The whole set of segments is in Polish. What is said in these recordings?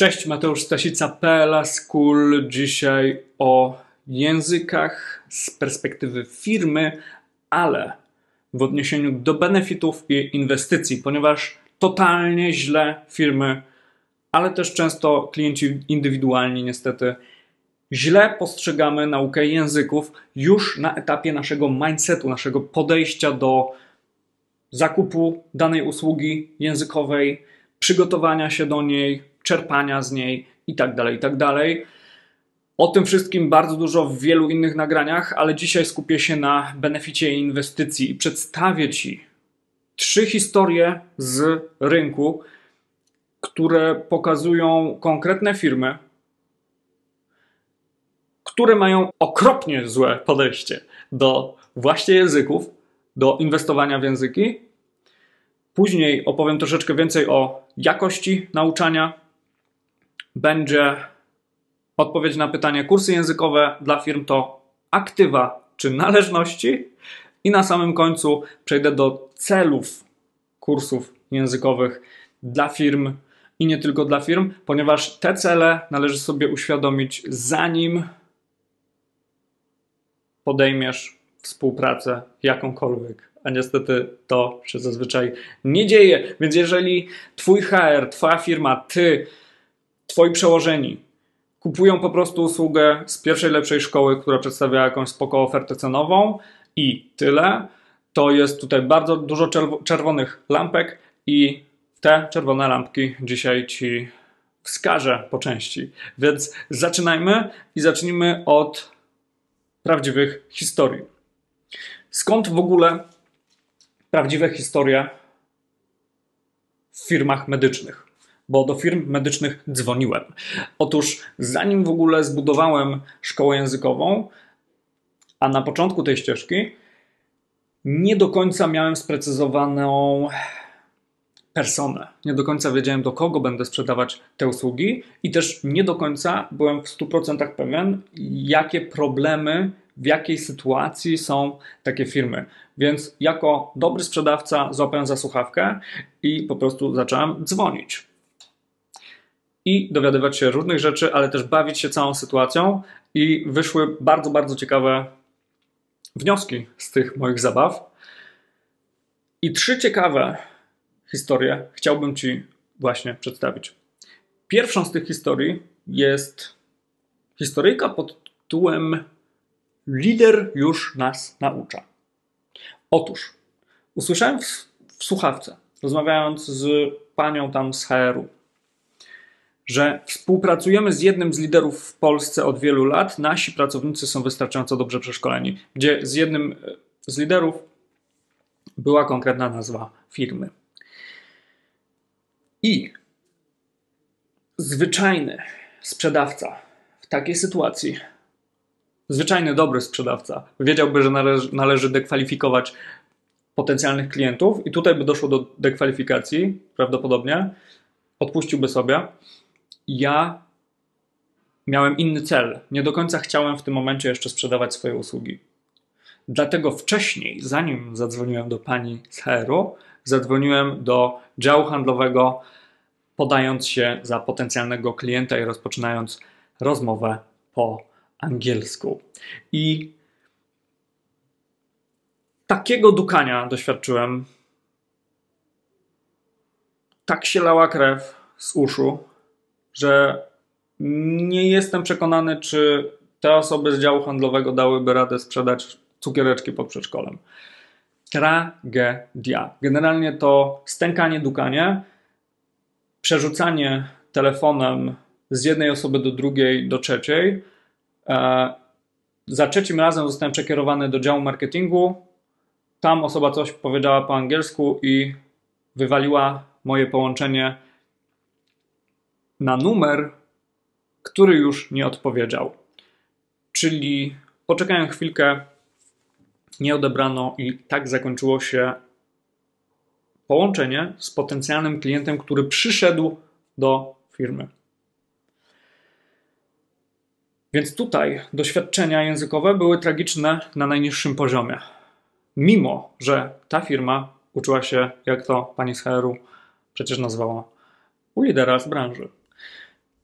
Cześć, Mateusz Stasica, PLA School. Dzisiaj o językach z perspektywy firmy, ale w odniesieniu do benefitów i inwestycji, ponieważ totalnie źle firmy, ale też często klienci indywidualni niestety źle postrzegamy naukę języków już na etapie naszego mindsetu, naszego podejścia do zakupu danej usługi językowej, przygotowania się do niej, czerpania z niej itd., itd. O tym wszystkim bardzo dużo w wielu innych nagraniach, ale dzisiaj skupię się na beneficie inwestycji i przedstawię Ci 3 historie z rynku, które pokazują konkretne firmy, które mają okropnie złe podejście do właśnie języków, do inwestowania w języki. Później opowiem troszeczkę więcej o jakości nauczania. Będzie odpowiedź na pytanie: kursy językowe dla firm to aktywa czy należności? I na samym końcu przejdę do celów kursów językowych dla firm i nie tylko dla firm, ponieważ te cele należy sobie uświadomić, zanim podejmiesz współpracę jakąkolwiek. A niestety to się zazwyczaj nie dzieje. Więc jeżeli twój HR, twoja firma, twoi przełożeni kupują po prostu usługę z pierwszej lepszej szkoły, która przedstawia jakąś spoko ofertę cenową i tyle, to jest tutaj bardzo dużo czerwonych lampek i te czerwone lampki dzisiaj Ci wskażę po części. Więc zaczynajmy i zacznijmy od prawdziwych historii. Skąd w ogóle prawdziwe historie w firmach medycznych? Bo do firm medycznych dzwoniłem. Otóż zanim w ogóle zbudowałem szkołę językową, a na początku tej ścieżki, nie do końca miałem sprecyzowaną personę. Nie do końca wiedziałem, do kogo będę sprzedawać te usługi i też nie do końca byłem w 100% pewien, jakie problemy, w jakiej sytuacji są takie firmy. Więc jako dobry sprzedawca złapałem za słuchawkę i po prostu zacząłem dzwonić. I dowiadywać się różnych rzeczy, ale też bawić się całą sytuacją i wyszły bardzo, bardzo ciekawe wnioski z tych moich zabaw. I 3 ciekawe historie chciałbym Ci właśnie przedstawić. Pierwszą z tych historii jest historyjka pod tytułem Lider już nas naucza. Otóż usłyszałem w słuchawce, rozmawiając z panią tam z HR-u, że współpracujemy z jednym z liderów w Polsce od wielu lat. Nasi pracownicy są wystarczająco dobrze przeszkoleni. Gdzie z jednym z liderów była konkretna nazwa firmy. I zwyczajny sprzedawca w takiej sytuacji, zwyczajny dobry sprzedawca, wiedziałby, że należy dekwalifikować potencjalnych klientów i tutaj by doszło do dekwalifikacji, prawdopodobnie, odpuściłby sobie. Ja miałem inny cel. Nie do końca chciałem w tym momencie jeszcze sprzedawać swoje usługi. Dlatego wcześniej, zanim zadzwoniłem do pani z HR-u, zadzwoniłem do działu handlowego, podając się za potencjalnego klienta i rozpoczynając rozmowę po angielsku. I takiego dukania doświadczyłem. Tak się lała krew z uszu, że nie jestem przekonany, czy te osoby z działu handlowego dałyby radę sprzedać cukiereczki pod przedszkolem. Tragedia. Generalnie to stękanie, dukanie, przerzucanie telefonem z jednej osoby do drugiej, do trzeciej. Za trzecim razem zostałem przekierowany do działu marketingu. Tam osoba coś powiedziała po angielsku i wywaliła moje połączenie na numer, który już nie odpowiedział. Czyli poczekałem chwilkę, nie odebrano i tak zakończyło się połączenie z potencjalnym klientem, który przyszedł do firmy. Więc tutaj doświadczenia językowe były tragiczne na najniższym poziomie. Mimo że ta firma uczyła się, jak to pani z HR-u przecież nazwała, u lidera z branży.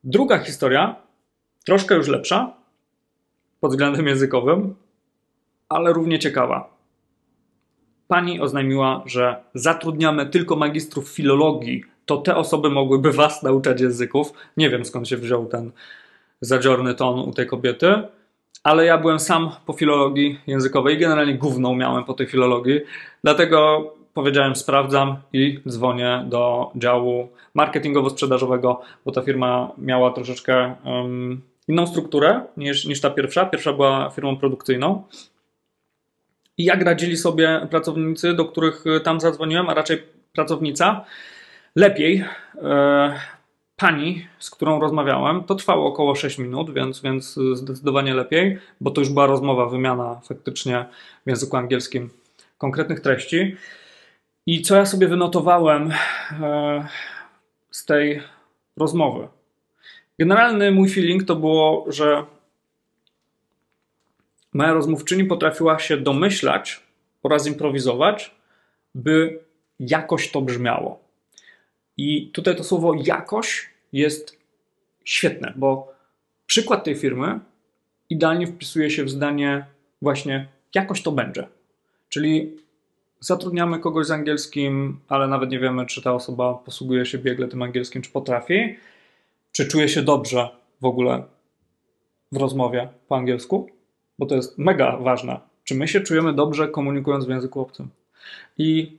Druga historia, troszkę już lepsza pod względem językowym, ale równie ciekawa. Pani oznajmiła, że zatrudniamy tylko magistrów filologii, to te osoby mogłyby was nauczać języków. Nie wiem, skąd się wziął ten zadziorny ton u tej kobiety, ale ja byłem sam po filologii językowej, generalnie gówno miałem po tej filologii, dlatego powiedziałem, sprawdzam i dzwonię do działu marketingowo-sprzedażowego, bo ta firma miała troszeczkę inną strukturę niż ta pierwsza. Pierwsza była firmą produkcyjną. I jak radzili sobie pracownicy, do których tam zadzwoniłem, a raczej pracownica, lepiej. Pani, z którą rozmawiałem, to trwało około 6 minut, więc zdecydowanie lepiej, bo to już była rozmowa, wymiana faktycznie w języku angielskim konkretnych treści. I co ja sobie wynotowałem z tej rozmowy? Generalny mój feeling to było, że moja rozmówczyni potrafiła się domyślać oraz improwizować, by jakoś to brzmiało. I tutaj to słowo jakoś jest świetne, bo przykład tej firmy idealnie wpisuje się w zdanie właśnie jakoś to będzie. Czyli zatrudniamy kogoś z angielskim, ale nawet nie wiemy, czy ta osoba posługuje się biegle tym angielskim, czy potrafi, czy czuje się dobrze w ogóle w rozmowie po angielsku, bo to jest mega ważne. Czy my się czujemy dobrze komunikując w języku obcym? I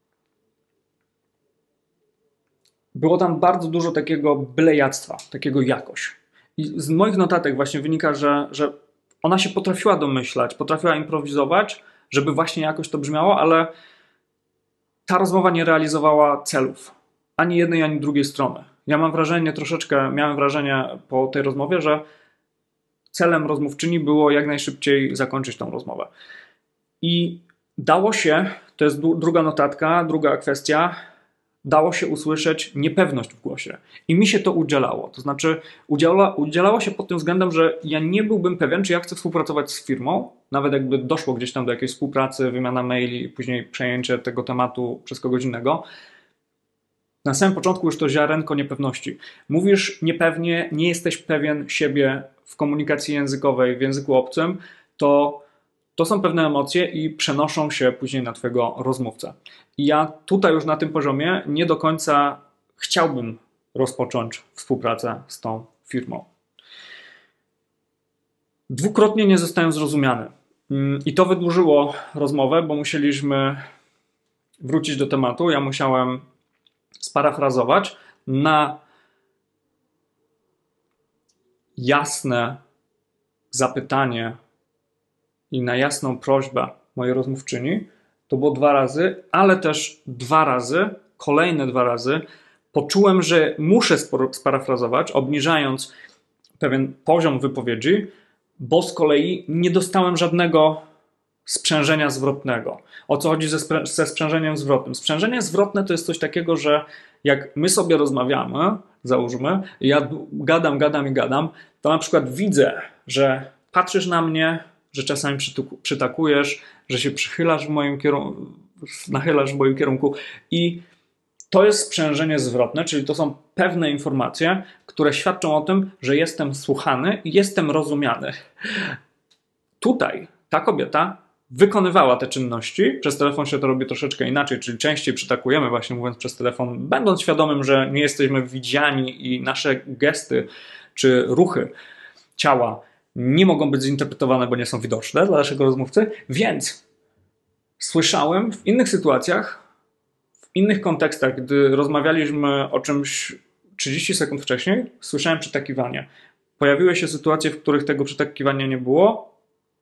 było tam bardzo dużo takiego bylejactwa, takiego jakoś. I z moich notatek właśnie wynika, że ona się potrafiła domyślać, potrafiła improwizować, żeby właśnie jakoś to brzmiało, ale ta rozmowa nie realizowała celów. Ani jednej, ani drugiej strony. Ja miałem wrażenie po tej rozmowie, że celem rozmówczyni było jak najszybciej zakończyć tą rozmowę. I dało się, to jest druga notatka, druga kwestia, dało się usłyszeć niepewność w głosie. I mi się to udzielało. To znaczy udzielało się pod tym względem, że ja nie byłbym pewien, czy ja chcę współpracować z firmą, nawet jakby doszło gdzieś tam do jakiejś współpracy, wymiana maili i później przejęcie tego tematu przez kogoś innego. Na samym początku już to ziarenko niepewności. Mówisz niepewnie, nie jesteś pewien siebie w komunikacji językowej, w języku obcym, to są pewne emocje i przenoszą się później na twojego rozmówcę. I ja tutaj już na tym poziomie nie do końca chciałbym rozpocząć współpracę z tą firmą. Dwukrotnie nie zostałem zrozumiany. I to wydłużyło rozmowę, bo musieliśmy wrócić do tematu. Ja musiałem sparafrazować na jasne zapytanie i na jasną prośbę mojej rozmówczyni. To było 2 razy, ale też 2 razy, kolejne 2 razy poczułem, że muszę sparafrazować, obniżając pewien poziom wypowiedzi, bo z kolei nie dostałem żadnego sprzężenia zwrotnego. O co chodzi ze sprzężeniem zwrotnym? Sprzężenie zwrotne to jest coś takiego, że jak my sobie rozmawiamy, załóżmy, ja gadam, to na przykład widzę, że patrzysz na mnie, że czasami przytakujesz, że się nachylasz w moim kierunku i to jest sprzężenie zwrotne, czyli to są pewne informacje, które świadczą o tym, że jestem słuchany i jestem rozumiany. Tutaj ta kobieta wykonywała te czynności. Przez telefon się to robi troszeczkę inaczej, czyli częściej przytakujemy, właśnie mówiąc przez telefon, będąc świadomym, że nie jesteśmy widziani i nasze gesty czy ruchy ciała nie mogą być zinterpretowane, bo nie są widoczne dla naszego rozmówcy, więc słyszałem w innych sytuacjach, w innych kontekstach, gdy rozmawialiśmy o czymś 30 sekund wcześniej, słyszałem przytakiwanie. Pojawiły się sytuacje, w których tego przytakiwania nie było,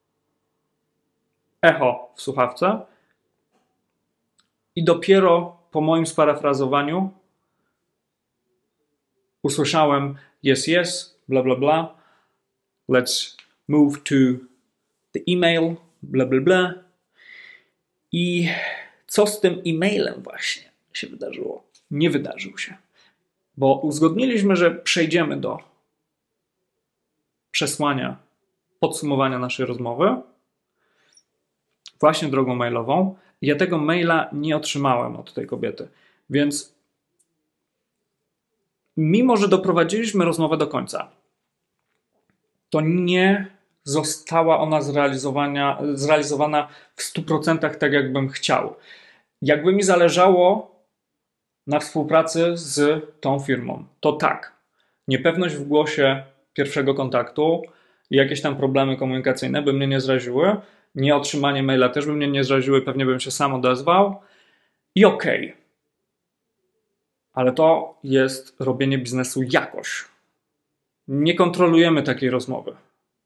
echo w słuchawce i dopiero po moim sparafrazowaniu usłyszałem yes, bla bla bla, let's move to the email, bla bla bla. I co z tym e-mailem właśnie się wydarzyło? Nie wydarzył się, bo uzgodniliśmy, że przejdziemy do przesłania, podsumowania naszej rozmowy właśnie drogą mailową. Ja tego maila nie otrzymałem od tej kobiety, więc mimo że doprowadziliśmy rozmowę do końca, to nie została ona zrealizowana w 100% tak, jakbym chciał. Jakby mi zależało na współpracy z tą firmą, to tak, niepewność w głosie pierwszego kontaktu i jakieś tam problemy komunikacyjne by mnie nie zraziły, nieotrzymanie maila też by mnie nie zraziły, pewnie bym się sam odezwał i okej. Ale to jest robienie biznesu jakoś. Nie kontrolujemy takiej rozmowy.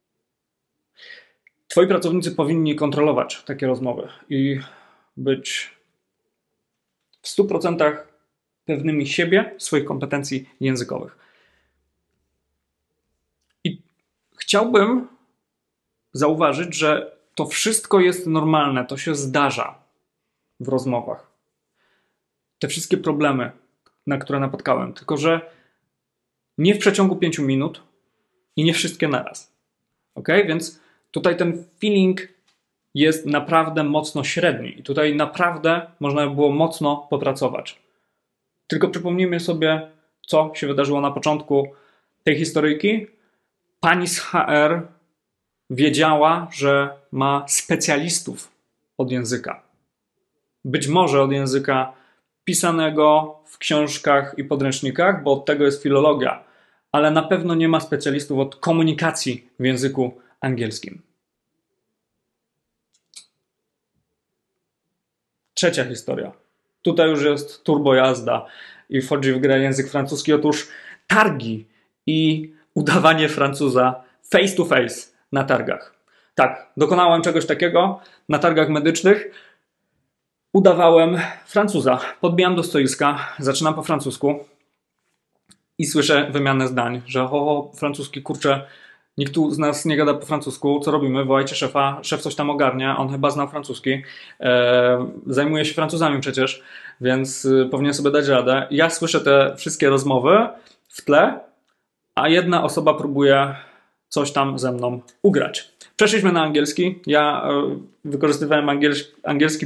Twoi pracownicy powinni kontrolować takie rozmowy i być w 100% pewnymi siebie, swoich kompetencji językowych. I chciałbym zauważyć, że to wszystko jest normalne, to się zdarza w rozmowach. Te wszystkie problemy, na które napotkałem, tylko że nie w przeciągu 5 minut i nie wszystkie naraz. Ok? Więc tutaj ten feeling jest naprawdę mocno średni i tutaj naprawdę można by było mocno popracować. Tylko przypomnijmy sobie, co się wydarzyło na początku tej historyjki. Pani z HR wiedziała, że ma specjalistów od języka. Być może od języka pisanego w książkach i podręcznikach, bo od tego jest filologia, ale na pewno nie ma specjalistów od komunikacji w języku angielskim. Trzecia historia. Tutaj już jest turbo jazda i wchodzi w grę język francuski. Otóż targi i udawanie Francuza face to face na targach. Tak, dokonałem czegoś takiego na targach medycznych. Udawałem Francuza. Podbijam do stoiska, zaczynam po francusku i słyszę wymianę zdań, że francuski, kurczę, nikt tu z nas nie gada po francusku, co robimy? Wołajcie szefa, szef coś tam ogarnia, on chyba znał francuski, zajmuje się Francuzami przecież, więc powinien sobie dać radę. Ja słyszę te wszystkie rozmowy w tle, a jedna osoba próbuje coś tam ze mną ugrać. Przeszliśmy na angielski. Ja wykorzystywałem angielski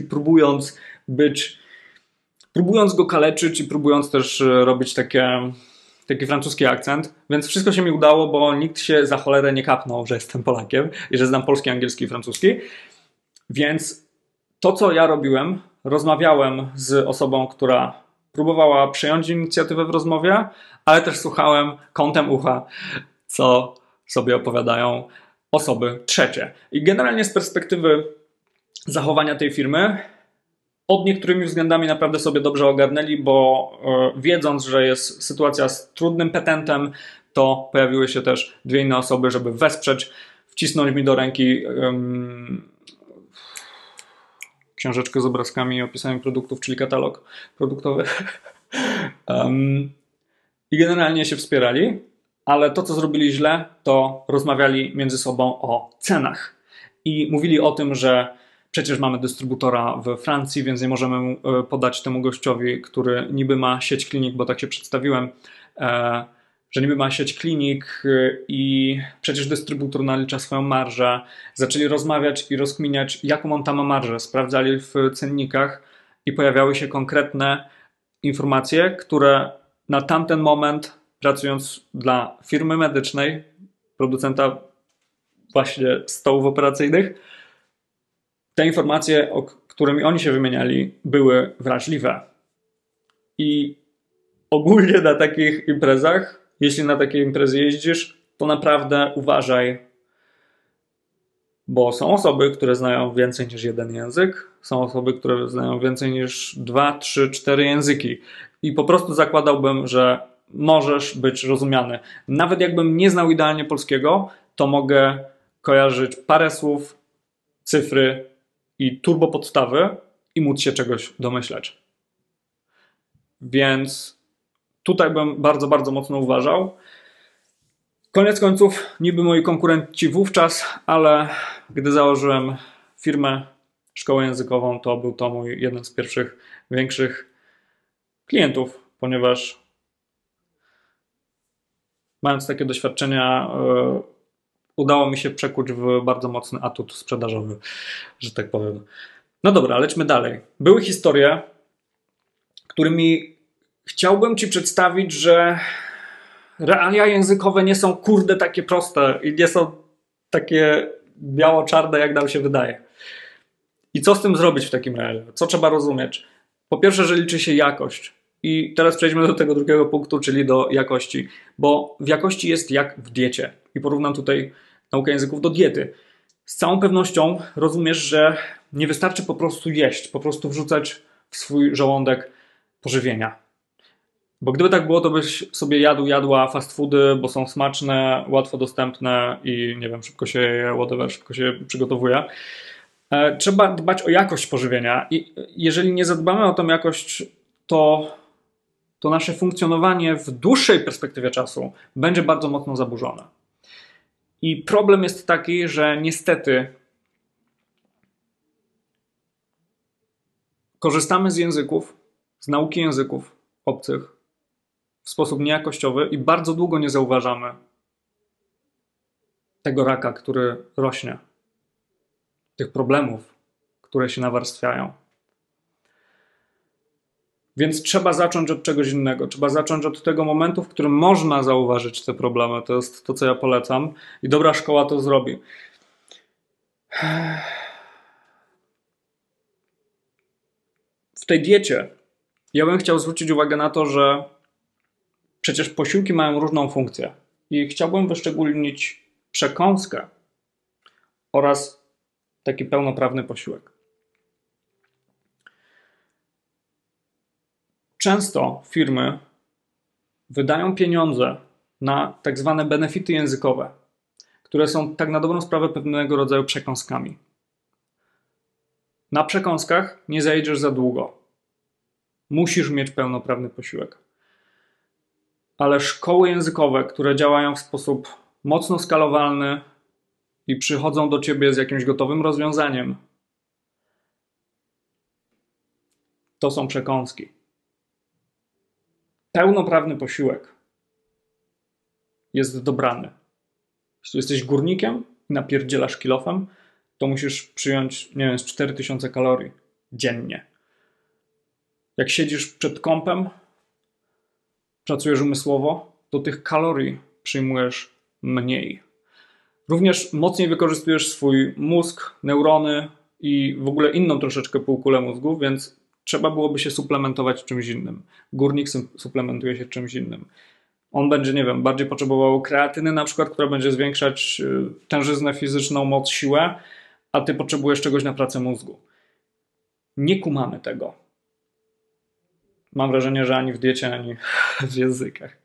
próbując go kaleczyć i próbując też robić taki francuski akcent, więc wszystko się mi udało, bo nikt się za cholerę nie kapnął, że jestem Polakiem i że znam polski, angielski i francuski. Więc to, co ja robiłem, rozmawiałem z osobą, która próbowała przejąć inicjatywę w rozmowie, ale też słuchałem kątem ucha, co sobie opowiadają osoby trzecie. I generalnie z perspektywy zachowania tej firmy pod niektórymi względami naprawdę sobie dobrze ogarnęli, bo wiedząc, że jest sytuacja z trudnym petentem, to pojawiły się też 2 inne osoby, żeby wesprzeć, wcisnąć mi do ręki książeczkę z obrazkami i opisami produktów, czyli katalog produktowy. I generalnie się wspierali, ale to, co zrobili źle, to rozmawiali między sobą o cenach i mówili o tym, że przecież mamy dystrybutora w Francji, więc nie możemy podać temu gościowi, który niby ma sieć klinik, bo tak się przedstawiłem, że niby ma sieć klinik i przecież dystrybutor nalicza swoją marżę. Zaczęli rozmawiać i rozkminiać, jaką on tam ma marżę. Sprawdzali w cennikach i pojawiały się konkretne informacje, które na tamten moment, pracując dla firmy medycznej, producenta właśnie stołów operacyjnych, te informacje, którymi oni się wymieniali, były wrażliwe. I ogólnie na takich imprezach, jeśli na takie imprezy jeździsz, to naprawdę uważaj, bo są osoby, które znają więcej niż jeden język, są osoby, które znają więcej niż 2, 3, 4 języki. I po prostu zakładałbym, że możesz być rozumiany. Nawet jakbym nie znał idealnie polskiego, to mogę kojarzyć parę słów, cyfry i turbo podstawy i móc się czegoś domyśleć. Więc tutaj bym bardzo, bardzo mocno uważał. Koniec końców, niby moi konkurenci wówczas, ale gdy założyłem firmę, szkołę językową, to był to mój jeden z pierwszych większych klientów, ponieważ mając takie doświadczenia, udało mi się przekuć w bardzo mocny atut sprzedażowy, że tak powiem. No dobra, lećmy dalej. Były historie, którymi chciałbym Ci przedstawić, że realia językowe nie są kurde takie proste i nie są takie biało-czarne, jak nam się wydaje. I co z tym zrobić w takim razie? Co trzeba rozumieć? Po pierwsze, że liczy się jakość. I teraz przejdźmy do tego drugiego punktu, czyli do jakości. Bo w jakości jest jak w diecie. I porównam tutaj naukę języków do diety. Z całą pewnością rozumiesz, że nie wystarczy po prostu jeść, po prostu wrzucać w swój żołądek pożywienia. Bo gdyby tak było, to byś sobie jadła fast foody, bo są smaczne, łatwo dostępne i nie wiem, szybko się je, whatever, szybko się przygotowuje. Trzeba dbać o jakość pożywienia i jeżeli nie zadbamy o tą jakość, to nasze funkcjonowanie w dłuższej perspektywie czasu będzie bardzo mocno zaburzone. I problem jest taki, że niestety korzystamy z języków, z nauki języków obcych w sposób niejakościowy i bardzo długo nie zauważamy tego raka, który rośnie, tych problemów, które się nawarstwiają. Więc trzeba zacząć od czegoś innego. Trzeba zacząć od tego momentu, w którym można zauważyć te problemy. To jest to, co ja polecam. I dobra szkoła to zrobi. W tej diecie ja bym chciał zwrócić uwagę na to, że przecież posiłki mają różną funkcję. I chciałbym wyszczególnić przekąskę oraz taki pełnoprawny posiłek. Często firmy wydają pieniądze na tak zwane benefity językowe, które są tak na dobrą sprawę pewnego rodzaju przekąskami. Na przekąskach nie zajedziesz za długo. Musisz mieć pełnoprawny posiłek. Ale szkoły językowe, które działają w sposób mocno skalowalny i przychodzą do ciebie z jakimś gotowym rozwiązaniem, to są przekąski. Pełnoprawny posiłek jest dobrany. Jeśli jesteś górnikiem i napierdzielasz kilofem, to musisz przyjąć, nie wiem, z 4000 kalorii dziennie. Jak siedzisz przed kompem, pracujesz umysłowo, to tych kalorii przyjmujesz mniej. Również mocniej wykorzystujesz swój mózg, neurony i w ogóle inną troszeczkę półkulę mózgu, więc trzeba byłoby się suplementować czymś innym. Górnik suplementuje się czymś innym. On będzie, nie wiem, bardziej potrzebował kreatyny na przykład, która będzie zwiększać tężyznę fizyczną, moc, siłę, a ty potrzebujesz czegoś na pracę mózgu. Nie kumamy tego. Mam wrażenie, że ani w diecie, ani w językach.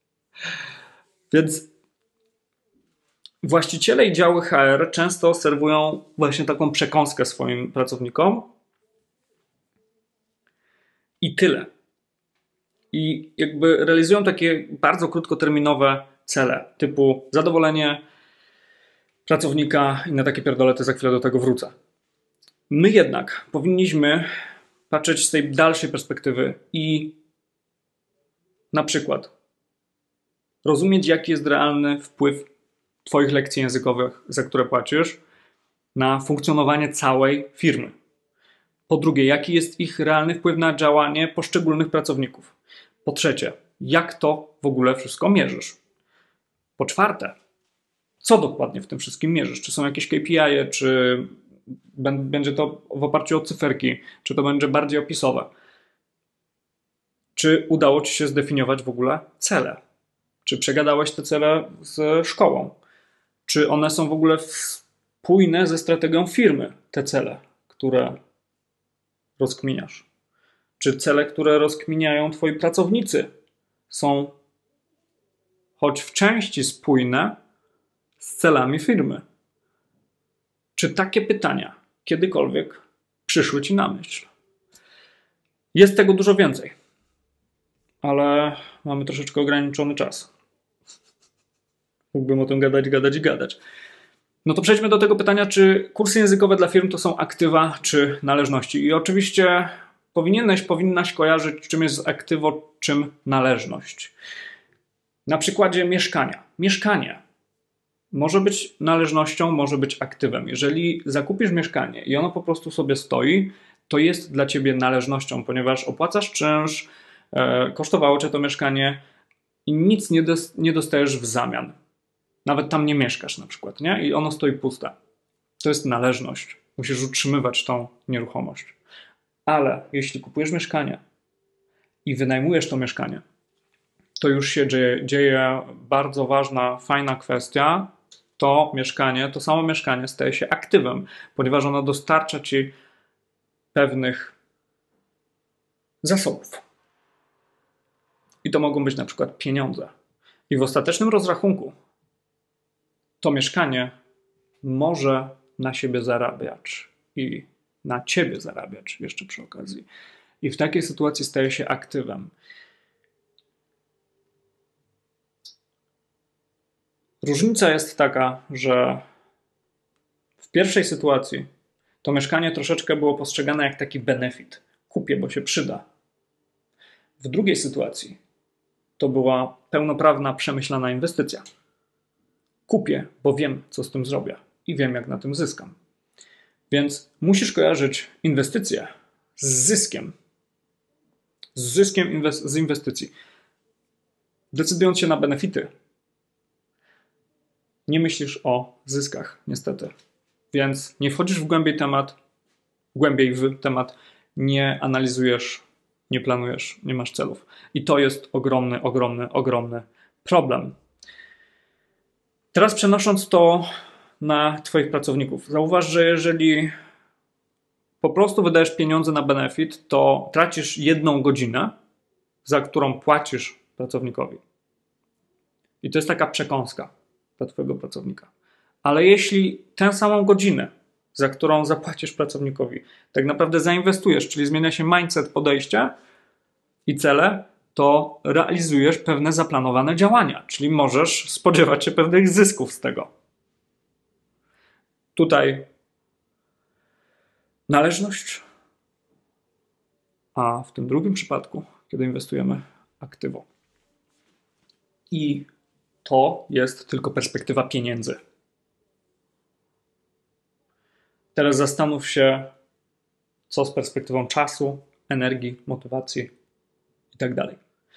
Więc właściciele i działy HR często serwują właśnie taką przekąskę swoim pracownikom i tyle. I jakby realizują takie bardzo krótkoterminowe cele, typu zadowolenie pracownika i na takie pierdolety za chwilę do tego wrócę. My jednak powinniśmy patrzeć z tej dalszej perspektywy i na przykład rozumieć, jaki jest realny wpływ twoich lekcji językowych, za które płacisz, na funkcjonowanie całej firmy. Po drugie, jaki jest ich realny wpływ na działanie poszczególnych pracowników. Po trzecie, jak to w ogóle wszystko mierzysz. Po czwarte, co dokładnie w tym wszystkim mierzysz? Czy są jakieś KPI, czy będzie to w oparciu o cyferki, czy to będzie bardziej opisowe? Czy udało ci się zdefiniować w ogóle cele? Czy przegadałeś te cele z szkołą? Czy one są w ogóle spójne ze strategią firmy, te cele, które rozkminiasz? Czy cele, które rozkminiają twoi pracownicy, są choć w części spójne z celami firmy? Czy takie pytania kiedykolwiek przyszły ci na myśl? Jest tego dużo więcej, ale mamy troszeczkę ograniczony czas. Mógłbym o tym gadać. No to przejdźmy do tego pytania, czy kursy językowe dla firm to są aktywa czy należności. I oczywiście powinnaś kojarzyć, czym jest aktywo, czym należność. Na przykładzie mieszkania. Mieszkanie może być należnością, może być aktywem. Jeżeli zakupisz mieszkanie i ono po prostu sobie stoi, to jest dla ciebie należnością, ponieważ opłacasz czynsz, kosztowało cię to mieszkanie, i nic nie dostajesz w zamian. Nawet tam nie mieszkasz na przykład, nie? I ono stoi puste. To jest należność. Musisz utrzymywać tą nieruchomość. Ale jeśli kupujesz mieszkanie i wynajmujesz to mieszkanie, to już się dzieje bardzo ważna, fajna kwestia. To mieszkanie, to samo mieszkanie staje się aktywem, ponieważ ono dostarcza ci pewnych zasobów. I to mogą być na przykład pieniądze. I w ostatecznym rozrachunku to mieszkanie może na siebie zarabiać i na ciebie zarabiać jeszcze przy okazji. I w takiej sytuacji staje się aktywem. Różnica jest taka, że w pierwszej sytuacji to mieszkanie troszeczkę było postrzegane jak taki benefit. Kupię, bo się przyda. W drugiej sytuacji to była pełnoprawna, przemyślana inwestycja. Kupię, bo wiem, co z tym zrobię i wiem, jak na tym zyskam. Więc musisz kojarzyć inwestycje z zyskiem. Z zyskiem z inwestycji. Decydując się na benefity, nie myślisz o zyskach, niestety. Więc nie wchodzisz głębiej w temat, nie analizujesz, nie planujesz, nie masz celów. I to jest ogromny problem. Teraz przenosząc to na twoich pracowników. Zauważ, że jeżeli po prostu wydajesz pieniądze na benefit, to tracisz 1 godzinę, za którą płacisz pracownikowi. I to jest taka przekąska dla twojego pracownika. Ale jeśli tę samą godzinę, za którą zapłacisz pracownikowi, tak naprawdę zainwestujesz, czyli zmienia się mindset, podejście i cele, to realizujesz pewne zaplanowane działania, czyli możesz spodziewać się pewnych zysków z tego. Tutaj należność, a w tym drugim przypadku, kiedy inwestujemy, aktywo. I to jest tylko perspektywa pieniędzy. Teraz zastanów się, co z perspektywą czasu, energii, motywacji i tak dalej.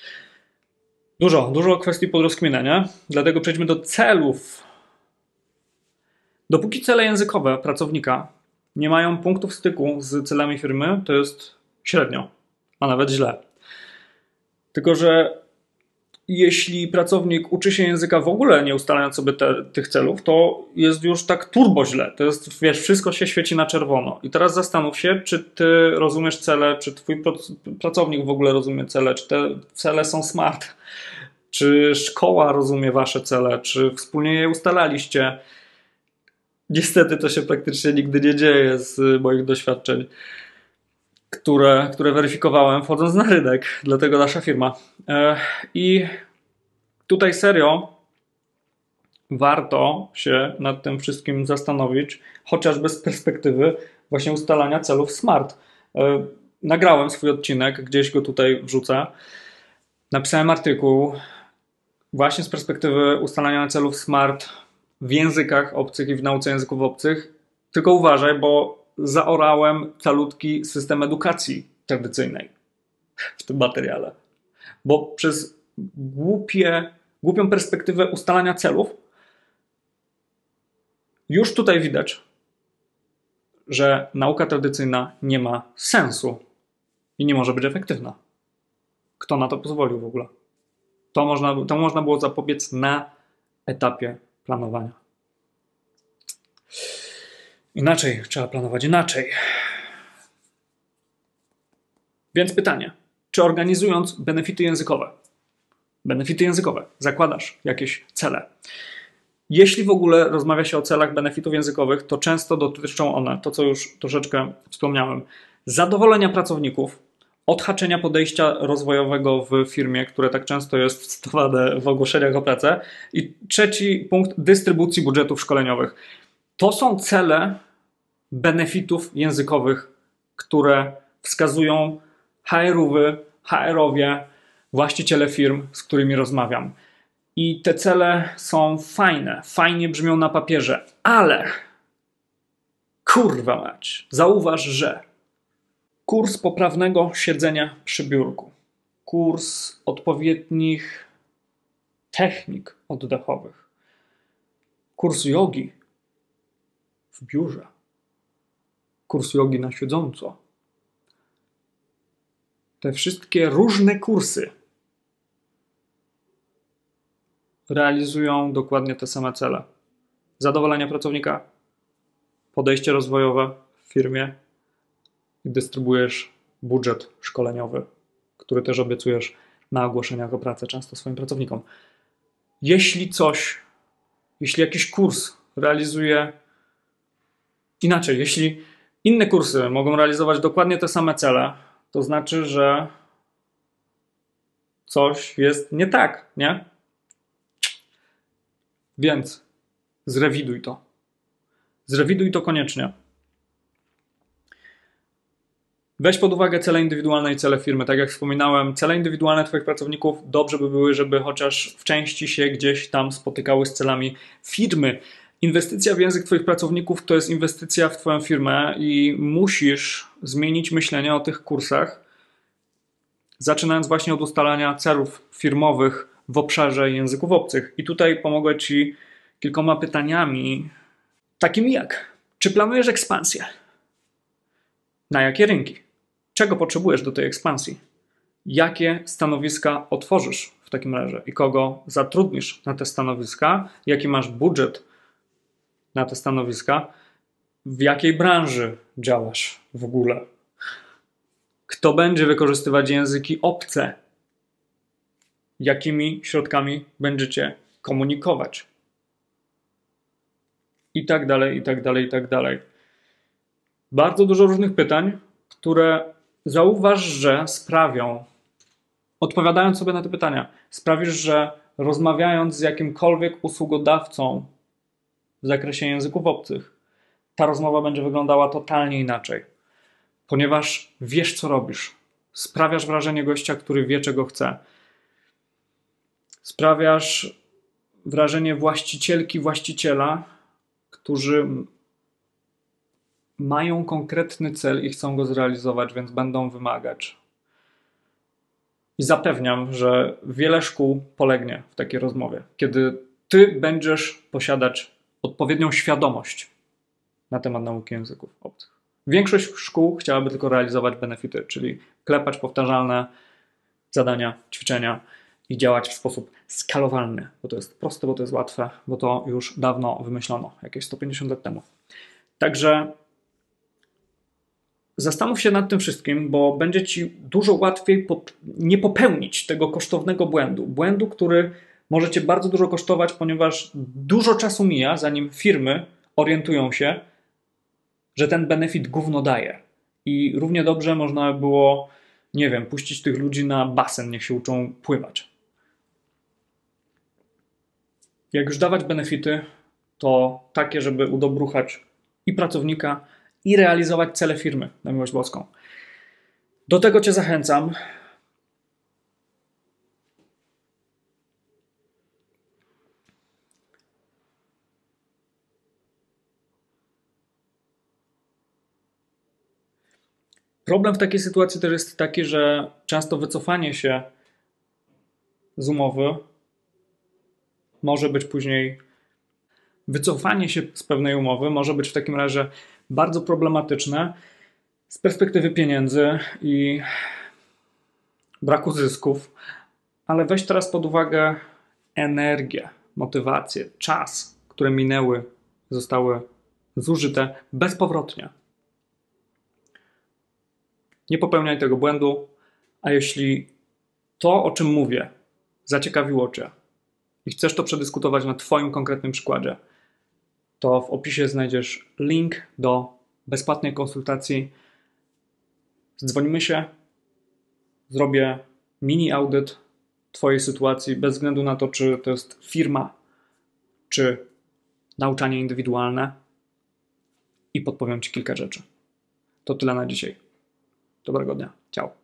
Dużo kwestii pod rozkminę, nie? Dlatego przejdźmy do celów. Dopóki cele językowe pracownika nie mają punktów styku z celami firmy, to jest średnio, a nawet źle. Tylko że jeśli pracownik uczy się języka w ogóle nie ustalając sobie tych celów, to jest już tak turbo źle. To jest, wiesz, wszystko się świeci na czerwono. I teraz zastanów się, czy ty rozumiesz cele, czy twój pracownik w ogóle rozumie cele, czy te cele są smart, czy szkoła rozumie wasze cele, czy wspólnie je ustalaliście. Niestety to się praktycznie nigdy nie dzieje z moich doświadczeń, które weryfikowałem wchodząc na rynek, dlatego nasza firma. I tutaj serio warto się nad tym wszystkim zastanowić, chociażby z perspektywy właśnie ustalania celów SMART. Nagrałem swój odcinek, gdzieś go tutaj wrzucę. Napisałem artykuł właśnie z perspektywy ustalania celów SMART w językach obcych i w nauce języków obcych. Tylko uważaj, bo zaorałem calutki system edukacji tradycyjnej w tym materiale. Bo przez głupią perspektywę ustalania celów już tutaj widać, że nauka tradycyjna nie ma sensu i nie może być efektywna. Kto na to pozwolił w ogóle? To można było zapobiec na etapie planowania. Inaczej, trzeba planować inaczej. Więc pytanie, czy organizując benefity językowe, zakładasz jakieś cele? Jeśli w ogóle rozmawia się o celach benefitów językowych, to często dotyczą one, to co już troszeczkę wspomniałem, zadowolenia pracowników, odhaczenia podejścia rozwojowego w firmie, które tak często jest cytowane w ogłoszeniach o pracę. I trzeci punkt, dystrybucji budżetów szkoleniowych. To są cele benefitów językowych, które wskazują HR-owie, właściciele firm, z którymi rozmawiam. I te cele są fajnie brzmią na papierze, ale kurwa mać, zauważ, że kurs poprawnego siedzenia przy biurku, kurs odpowiednich technik oddechowych, kurs jogi w biurze, kurs jogi na siedząco. Te wszystkie różne kursy realizują dokładnie te same cele. Zadowolenie pracownika, podejście rozwojowe w firmie i dystrybuujesz budżet szkoleniowy, który też obiecujesz na ogłoszeniach o pracę często swoim pracownikom. Jeśli jakiś kurs realizuje inaczej, jeśli inne kursy mogą realizować dokładnie te same cele, to znaczy, że coś jest nie tak, nie? Więc zrewiduj to. Zrewiduj to koniecznie. Weź pod uwagę cele indywidualne i cele firmy. Tak jak wspominałem, cele indywidualne Twoich pracowników dobrze by były, żeby chociaż w części się gdzieś tam spotykały z celami firmy. Inwestycja w język Twoich pracowników to jest inwestycja w Twoją firmę i musisz zmienić myślenie o tych kursach, zaczynając właśnie od ustalania celów firmowych w obszarze języków obcych. I tutaj pomogę Ci kilkoma pytaniami, takimi jak: czy planujesz ekspansję? Na jakie rynki? Czego potrzebujesz do tej ekspansji? Jakie stanowiska otworzysz w takim razie i kogo zatrudnisz na te stanowiska? Jaki masz budżet na te stanowiska? W jakiej branży działasz w ogóle? Kto będzie wykorzystywać języki obce? Jakimi środkami będziecie komunikować? I tak dalej, i tak dalej, i tak dalej. Bardzo dużo różnych pytań, które zauważ, że sprawią, odpowiadając sobie na te pytania, sprawisz, że rozmawiając z jakimkolwiek usługodawcą w zakresie języków obcych, ta rozmowa będzie wyglądała totalnie inaczej. Ponieważ wiesz, co robisz. Sprawiasz wrażenie gościa, który wie, czego chce. Sprawiasz wrażenie właścicielki, właściciela, którzy mają konkretny cel i chcą go zrealizować, więc będą wymagać. I zapewniam, że wiele szkół polegnie w takiej rozmowie, kiedy ty będziesz posiadać odpowiednią świadomość na temat nauki języków obcych. Większość szkół chciałaby tylko realizować benefity, czyli klepać powtarzalne zadania, ćwiczenia i działać w sposób skalowalny, bo to jest proste, bo to jest łatwe, bo to już dawno wymyślono, jakieś 150 lat temu. Także zastanów się nad tym wszystkim, bo będzie Ci dużo łatwiej nie popełnić tego kosztownego błędu, który może Cię bardzo dużo kosztować, ponieważ dużo czasu mija, zanim firmy orientują się, że ten benefit gówno daje. I równie dobrze można by było, nie wiem, puścić tych ludzi na basen, niech się uczą pływać. Jak już dawać benefity, to takie, żeby udobruchać i pracownika, i realizować cele firmy, na miłość boską. Do tego Cię zachęcam. Problem w takiej sytuacji też jest taki, że często wycofanie się z umowy może być później... Wycofanie się z pewnej umowy może być w takim razie bardzo problematyczne z perspektywy pieniędzy i braku zysków, ale weź teraz pod uwagę energię, motywację, czas, które minęły, zostały zużyte bezpowrotnie. Nie popełniaj tego błędu, a jeśli to, o czym mówię, zaciekawiło Cię i chcesz to przedyskutować na Twoim konkretnym przykładzie, to w opisie znajdziesz link do bezpłatnej konsultacji. Zdzwonimy się, zrobię mini audyt Twojej sytuacji, bez względu na to, czy to jest firma, czy nauczanie indywidualne, i podpowiem Ci kilka rzeczy. To tyle na dzisiaj. Dobrego dnia. Ciao.